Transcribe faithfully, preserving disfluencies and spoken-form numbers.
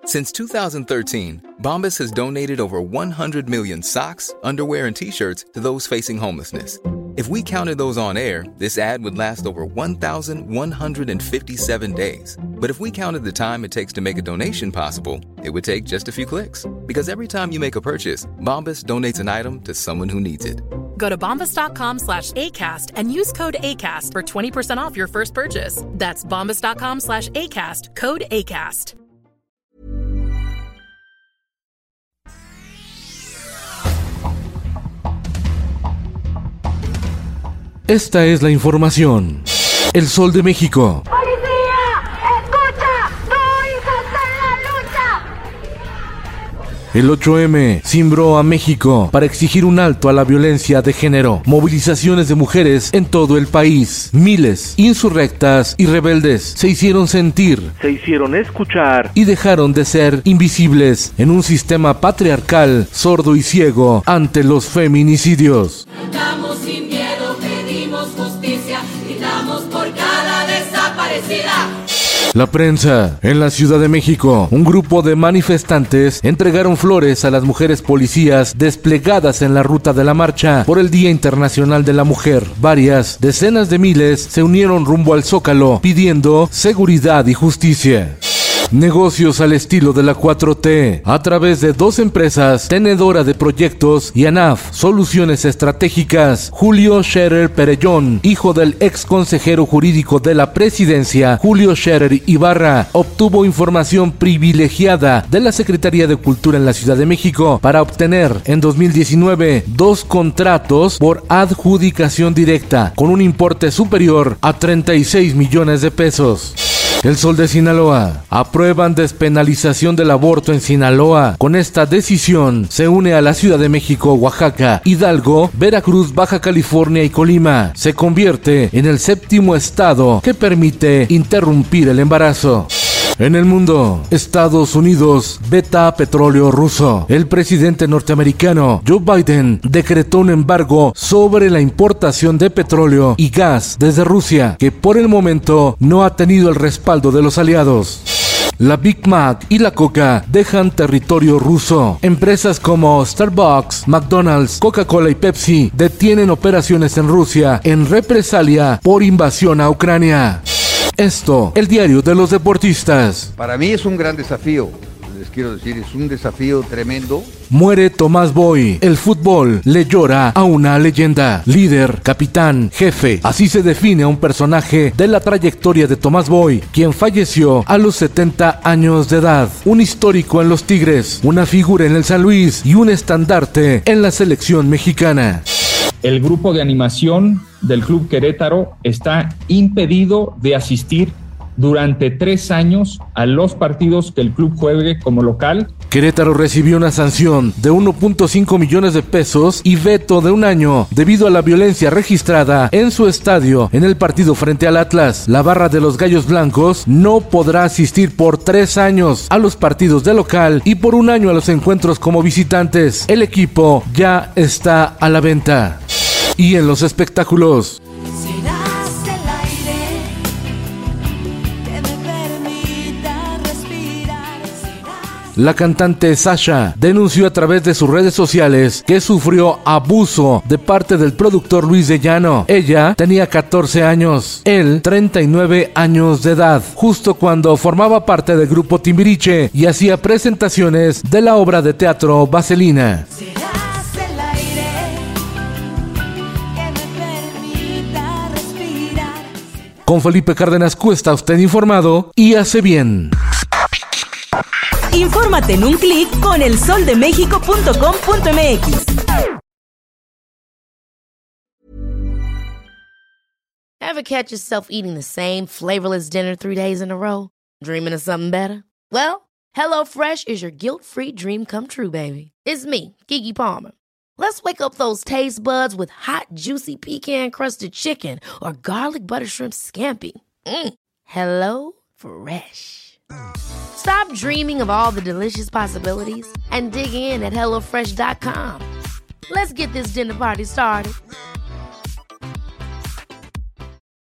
Since two thousand thirteen, Bombas has donated over one hundred million socks, underwear, and T-shirts to those facing homelessness. If we counted those on air, this ad would last over one thousand one hundred fifty-seven days. But if we counted the time it takes to make a donation possible, it would take just a few clicks. Because every time you make a purchase, Bombas donates an item to someone who needs it. Go to bombas.com slash ACAST and use code ACAST for twenty percent off your first purchase. That's bombas.com slash ACAST, code ACAST. Esta es la información. El Sol de México. ¡Policía! ¡Escucha! ¡Tu hijo está en la lucha! El ocho eme cimbró a México para exigir un alto a la violencia de género. Movilizaciones de mujeres en todo el país. Miles, insurrectas y rebeldes, se hicieron sentir, se hicieron escuchar y dejaron de ser invisibles en un sistema patriarcal, sordo y ciego ante los feminicidios. Cantamos sin miedo, pedimos justicia, gritamos por cada desaparecida. La prensa. En la Ciudad de México, un grupo de manifestantes entregaron flores a las mujeres policías desplegadas en la ruta de la marcha por el Día Internacional de la Mujer. Varias decenas de miles se unieron rumbo al Zócalo pidiendo seguridad y justicia. Negocios al estilo de la cuatro T. A través de dos empresas, Tenedora de Proyectos y ANAF, Soluciones Estratégicas, Julio Scherer Perellón, hijo del ex consejero jurídico de la presidencia, Julio Scherer Ibarra, obtuvo información privilegiada de la Secretaría de Cultura en la Ciudad de México para obtener en dos mil diecinueve dos contratos por adjudicación directa con un importe superior a treinta y seis millones de pesos. El Sol de Sinaloa. Aprueban despenalización del aborto en Sinaloa. Con esta decisión se une a la Ciudad de México, Oaxaca, Hidalgo, Veracruz, Baja California y Colima. Se convierte en el séptimo estado que permite interrumpir el embarazo. En el mundo, Estados Unidos veta petróleo ruso. El presidente norteamericano Joe Biden decretó un embargo sobre la importación de petróleo y gas desde Rusia, que por el momento no ha tenido el respaldo de los aliados. La Big Mac y la Coca dejan territorio ruso. Empresas como Starbucks, McDonald's, Coca-Cola y Pepsi detienen operaciones en Rusia en represalia por invasión a Ucrania. Esto, el diario de los deportistas. Para mí es un gran desafío, les quiero decir, es un desafío tremendo. Muere Tomás Boy. El fútbol le llora a una leyenda. Líder, capitán, jefe. Así se define a un personaje de la trayectoria de Tomás Boy, quien falleció a los setenta años de edad. Un histórico en los Tigres, una figura en el San Luis y un estandarte en la selección mexicana. El grupo de animación del Club Querétaro está impedido de asistir durante tres años a los partidos que el club juegue como local. Querétaro recibió una sanción de uno punto cinco millones de pesos y veto de un año debido a la violencia registrada en su estadio en el partido frente al Atlas. La barra de los Gallos Blancos no podrá asistir por tres años a los partidos de local y por un año a los encuentros como visitantes. El equipo ya está a la venta. Y en los espectáculos. La cantante Sasha denunció a través de sus redes sociales que sufrió abuso de parte del productor Luis de Llano. Ella tenía catorce años, él treinta y nueve años de edad, justo cuando formaba parte del grupo Timbiriche y hacía presentaciones de la obra de teatro Vaselina. Con Felipe Cárdenas Cuesta, usted informado y hace bien. Infórmate en un clic con el sol de méxico punto com punto m x. Ever catch yourself eating the same flavorless dinner three days in a row? Dreaming of something better? Well, HelloFresh is your guilt-free dream come true, baby. It's me, Keke Palmer. Let's wake up those taste buds with hot, juicy pecan-crusted chicken or garlic butter shrimp scampi. Mm. Hello Fresh. Stop dreaming of all the delicious possibilities and dig in at hello fresh dot com. Let's get this dinner party started.